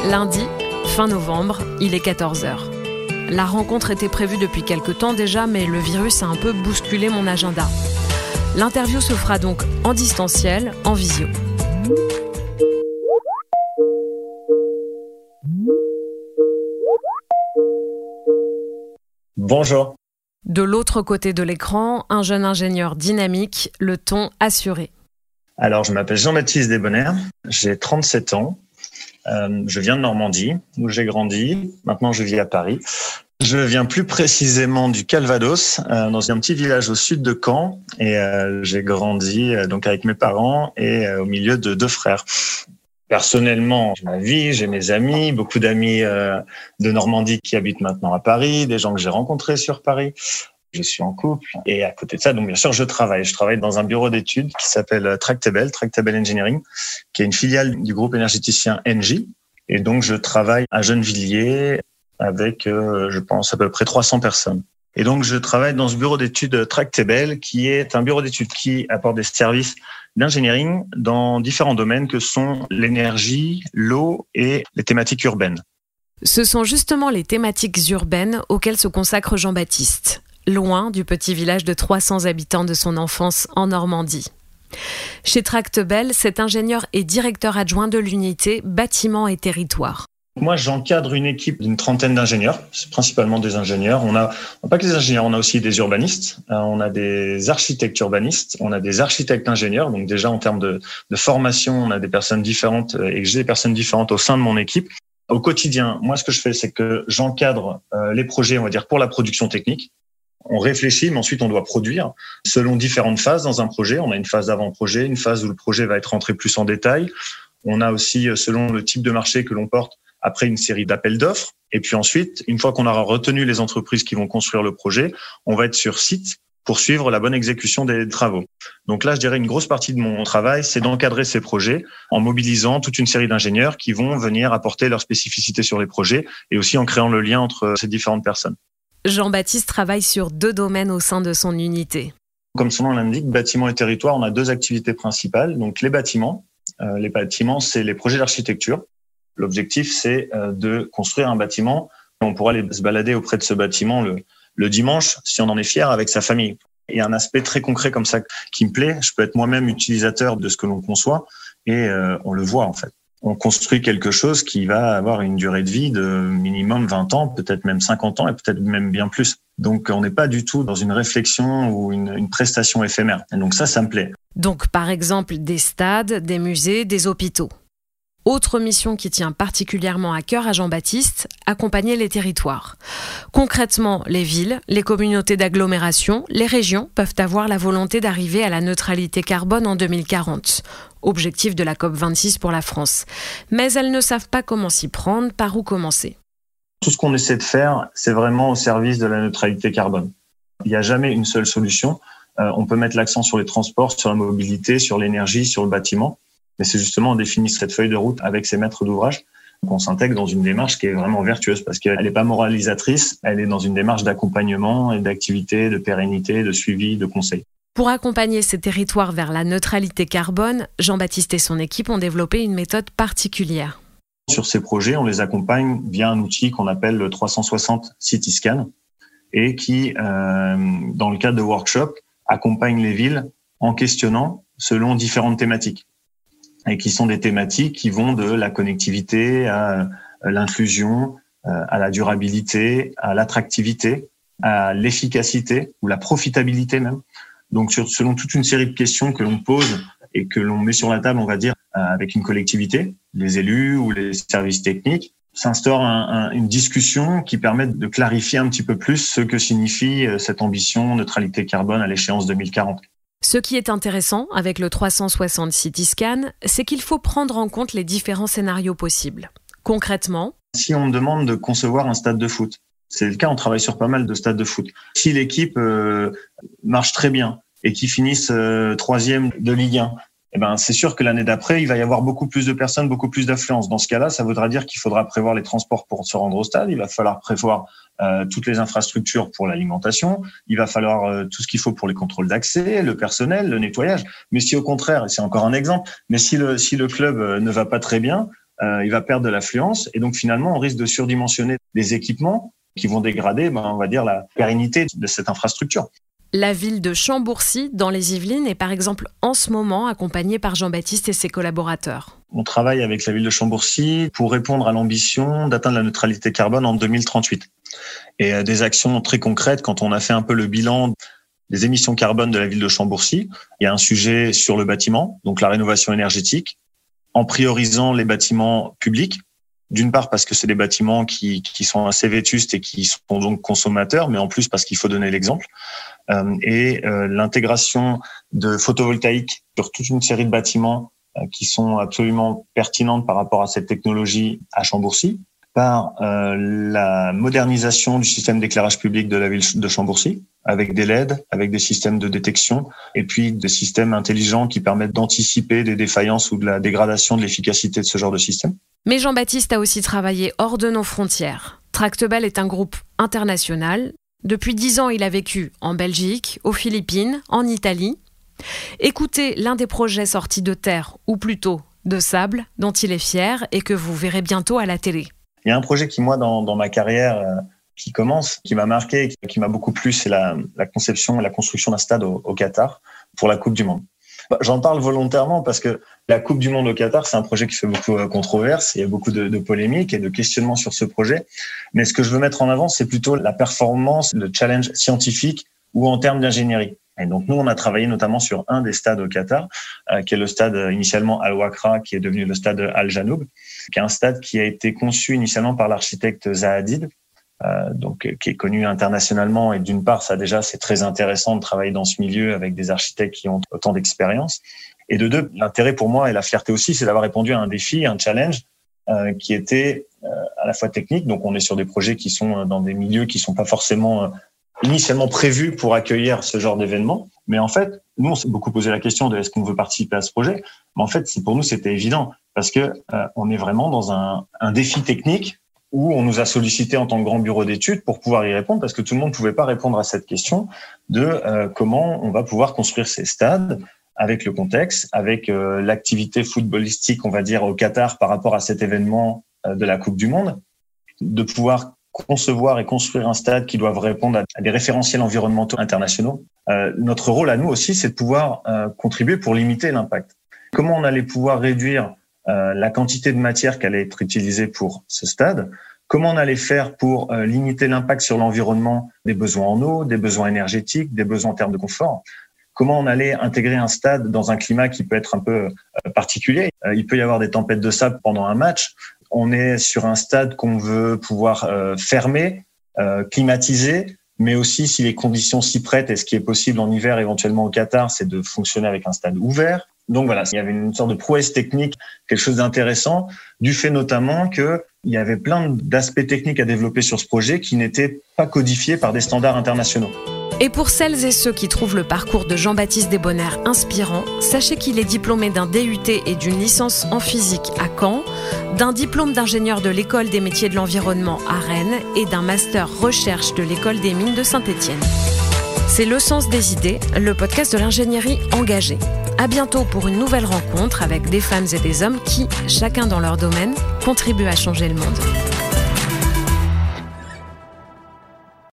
Lundi, fin novembre, il est 14h. La rencontre était prévue depuis quelque temps déjà, mais le virus a un peu bousculé mon agenda. L'interview se fera donc en distanciel, en visio. Bonjour. De l'autre côté de l'écran, un jeune ingénieur dynamique, le ton assuré. Alors, je m'appelle Jean-Baptiste Desbonheurs, j'ai 37 ans, je viens de Normandie, où j'ai grandi. Maintenant, je vis à Paris. Je viens plus précisément du Calvados, dans un petit village au sud de Caen, et j'ai grandi donc avec mes parents et au milieu de 2 frères. Personnellement, j'ai ma vie, j'ai mes amis, beaucoup d'amis de Normandie qui habitent maintenant à Paris, des gens que j'ai rencontrés sur Paris. Je suis en couple et à côté de ça, donc bien sûr, je travaille. Je travaille dans un bureau d'études qui s'appelle Tractable Engineering, qui est une filiale du groupe énergéticien Engie. Et donc, je travaille à Gennevilliers avec, je pense, à peu près 300 personnes. Et donc, je travaille dans ce bureau d'études Tractable, qui est un bureau d'études qui apporte des services d'engineering dans différents domaines que sont l'énergie, l'eau et les thématiques urbaines. Ce sont justement les thématiques urbaines auxquelles se consacre Jean-Baptiste, loin du petit village de 300 habitants de son enfance en Normandie. Chez Tractable, cet ingénieur est directeur adjoint de l'unité Bâtiments et Territoires. Moi, j'encadre une équipe d'une 30aine d'ingénieurs, c'est principalement des ingénieurs. On n'a pas que des ingénieurs, on a aussi des urbanistes, on a des architectes urbanistes, on a des architectes ingénieurs. Donc déjà, en termes de formation, on a des personnes différentes et j'ai des personnes différentes au sein de mon équipe. Au quotidien, moi, ce que je fais, c'est que j'encadre les projets, on va dire, pour la production technique. On réfléchit, mais ensuite on doit produire selon différentes phases dans un projet. On a une phase d'avant-projet, une phase où le projet va être rentré plus en détail. On a aussi, selon le type de marché que l'on porte, après une série d'appels d'offres. Et puis ensuite, une fois qu'on aura retenu les entreprises qui vont construire le projet, on va être sur site pour suivre la bonne exécution des travaux. Donc là, je dirais une grosse partie de mon travail, c'est d'encadrer ces projets en mobilisant toute une série d'ingénieurs qui vont venir apporter leurs spécificités sur les projets et aussi en créant le lien entre ces différentes personnes. Jean-Baptiste travaille sur 2 domaines au sein de son unité. Comme son nom l'indique, bâtiments et territoires, on a 2 activités principales. Donc les bâtiments, c'est les projets d'architecture. L'objectif, c'est de construire un bâtiment. On pourra aller se balader auprès de ce bâtiment le dimanche, si on en est fier, avec sa famille. Il y a un aspect très concret comme ça qui me plaît. Je peux être moi-même utilisateur de ce que l'on conçoit et on le voit en fait. On construit quelque chose qui va avoir une durée de vie de minimum 20 ans, peut-être même 50 ans et peut-être même bien plus. Donc, on n'est pas du tout dans une réflexion ou une prestation éphémère. Et donc ça me plaît. Donc, par exemple, des stades, des musées, des hôpitaux. Autre mission qui tient particulièrement à cœur à Jean-Baptiste, accompagner les territoires. Concrètement, les villes, les communautés d'agglomération, les régions peuvent avoir la volonté d'arriver à la neutralité carbone en 2040. Objectif de la COP26 pour la France. Mais elles ne savent pas comment s'y prendre, par où commencer. Tout ce qu'on essaie de faire, c'est vraiment au service de la neutralité carbone. Il n'y a jamais une seule solution. On peut mettre l'accent sur les transports, sur la mobilité, sur l'énergie, sur le bâtiment. Mais c'est justement, on définit cette feuille de route avec ses maîtres d'ouvrage qu'on s'intègre dans une démarche qui est vraiment vertueuse parce qu'elle n'est pas moralisatrice, elle est dans une démarche d'accompagnement et d'activité, de pérennité, de suivi, de conseil. Pour accompagner ces territoires vers la neutralité carbone, Jean-Baptiste et son équipe ont développé une méthode particulière. Sur ces projets, on les accompagne via un outil qu'on appelle le 360 City Scan et qui, dans le cadre de workshops, accompagne les villes en questionnant selon différentes thématiques. Et qui sont des thématiques qui vont de la connectivité à l'inclusion, à la durabilité, à l'attractivité, à l'efficacité ou la profitabilité même. Donc, selon toute une série de questions que l'on pose et que l'on met sur la table, on va dire, avec une collectivité, les élus ou les services techniques, s'instaure une discussion qui permet de clarifier un petit peu plus ce que signifie cette ambition neutralité carbone à l'échéance 2040. Ce qui est intéressant avec le 360 City Scan, c'est qu'il faut prendre en compte les différents scénarios possibles. Concrètement, si on me demande de concevoir un stade de foot, c'est le cas, on travaille sur pas mal de stades de foot. Si l'équipe marche très bien et qu'ils finissent 3e de Ligue 1, c'est sûr que l'année d'après, il va y avoir beaucoup plus de personnes, beaucoup plus d'affluence. Dans ce cas-là, ça voudra dire qu'il faudra prévoir les transports pour se rendre au stade. Il va falloir prévoir toutes les infrastructures pour l'alimentation. Il va falloir tout ce qu'il faut pour les contrôles d'accès, le personnel, le nettoyage. Mais si au contraire, et c'est encore un exemple, mais si le club ne va pas très bien, il va perdre de l'affluence et donc finalement on risque de surdimensionner des équipements qui vont dégrader, on va dire, la pérennité de cette infrastructure. La ville de Chambourcy, dans les Yvelines, est par exemple en ce moment accompagnée par Jean-Baptiste et ses collaborateurs. On travaille avec la ville de Chambourcy pour répondre à l'ambition d'atteindre la neutralité carbone en 2038. Et des actions très concrètes, quand on a fait un peu le bilan des émissions carbone de la ville de Chambourcy, il y a un sujet sur le bâtiment, donc la rénovation énergétique, en priorisant les bâtiments publics. D'une part parce que c'est des bâtiments qui sont assez vétustes et qui sont donc consommateurs, mais en plus parce qu'il faut donner l'exemple. Et l'intégration de photovoltaïque sur toute une série de bâtiments qui sont absolument pertinentes par rapport à cette technologie à Chambourcy, par la modernisation du système d'éclairage public de la ville de Chambourcy, avec des LED, avec des systèmes de détection, et puis des systèmes intelligents qui permettent d'anticiper des défaillances ou de la dégradation de l'efficacité de ce genre de système. Mais Jean-Baptiste a aussi travaillé hors de nos frontières. Tractebel est un groupe international. Depuis 10 ans, il a vécu en Belgique, aux Philippines, en Italie. Écoutez l'un des projets sortis de terre, ou plutôt de sable, dont il est fier et que vous verrez bientôt à la télé. Il y a un projet qui, moi, dans ma carrière, qui commence, qui m'a marqué, qui m'a beaucoup plu, c'est la conception et la construction d'un stade au Qatar pour la Coupe du Monde. J'en parle volontairement parce que la Coupe du Monde au Qatar, c'est un projet qui fait beaucoup de controverses, il y a beaucoup de polémiques et de questionnements sur ce projet. Mais ce que je veux mettre en avant, c'est plutôt la performance, le challenge scientifique ou en termes d'ingénierie. Et donc, nous, on a travaillé notamment sur un des stades au Qatar, qui est le stade initialement Al-Wakra, qui est devenu le stade Al-Janoub, qui est un stade qui a été conçu initialement par l'architecte Zaha Hadid, donc qui est connu internationalement. Et d'une part, c'est très intéressant de travailler dans ce milieu avec des architectes qui ont autant d'expérience. Et de deux, l'intérêt pour moi et la fierté aussi, c'est d'avoir répondu à un défi, un challenge qui était à la fois technique. Donc, on est sur des projets qui sont dans des milieux qui sont pas forcément initialement prévus pour accueillir ce genre d'événement. Mais en fait, nous, on s'est beaucoup posé la question de est-ce qu'on veut participer à ce projet. Mais en fait, pour nous, c'était évident parce que on est vraiment dans un défi technique où on nous a sollicité en tant que grand bureau d'études pour pouvoir y répondre parce que tout le monde ne pouvait pas répondre à cette question de comment on va pouvoir construire ces stades avec le contexte, avec l'activité footballistique, on va dire, au Qatar par rapport à cet événement de la Coupe du Monde, de pouvoir concevoir et construire un stade qui doit répondre à des référentiels environnementaux internationaux. Notre rôle à nous aussi, c'est de pouvoir contribuer pour limiter l'impact. Comment on allait pouvoir réduire la quantité de matière qui allait être utilisée pour ce stade, comment on allait faire pour limiter l'impact sur l'environnement des besoins en eau, des besoins énergétiques, des besoins en termes de confort, comment on allait intégrer un stade dans un climat qui peut être un peu particulier. Il peut y avoir des tempêtes de sable pendant un match. On est sur un stade qu'on veut pouvoir fermer, climatiser, mais aussi si les conditions s'y prêtent, et ce qui est possible en hiver éventuellement au Qatar, c'est de fonctionner avec un stade ouvert. Donc voilà, il y avait une sorte de prouesse technique, quelque chose d'intéressant, du fait notamment qu'il y avait plein d'aspects techniques à développer sur ce projet qui n'étaient pas codifiés par des standards internationaux. Et pour celles et ceux qui trouvent le parcours de Jean-Baptiste Desbonheurs inspirant, sachez qu'il est diplômé d'un DUT et d'une licence en physique à Caen, d'un diplôme d'ingénieur de l'École des métiers de l'environnement à Rennes et d'un master recherche de l'École des mines de Saint-Étienne. C'est Le Sens des idées, le podcast de l'ingénierie engagée. À bientôt pour une nouvelle rencontre avec des femmes et des hommes qui, chacun dans leur domaine, contribuent à changer le monde.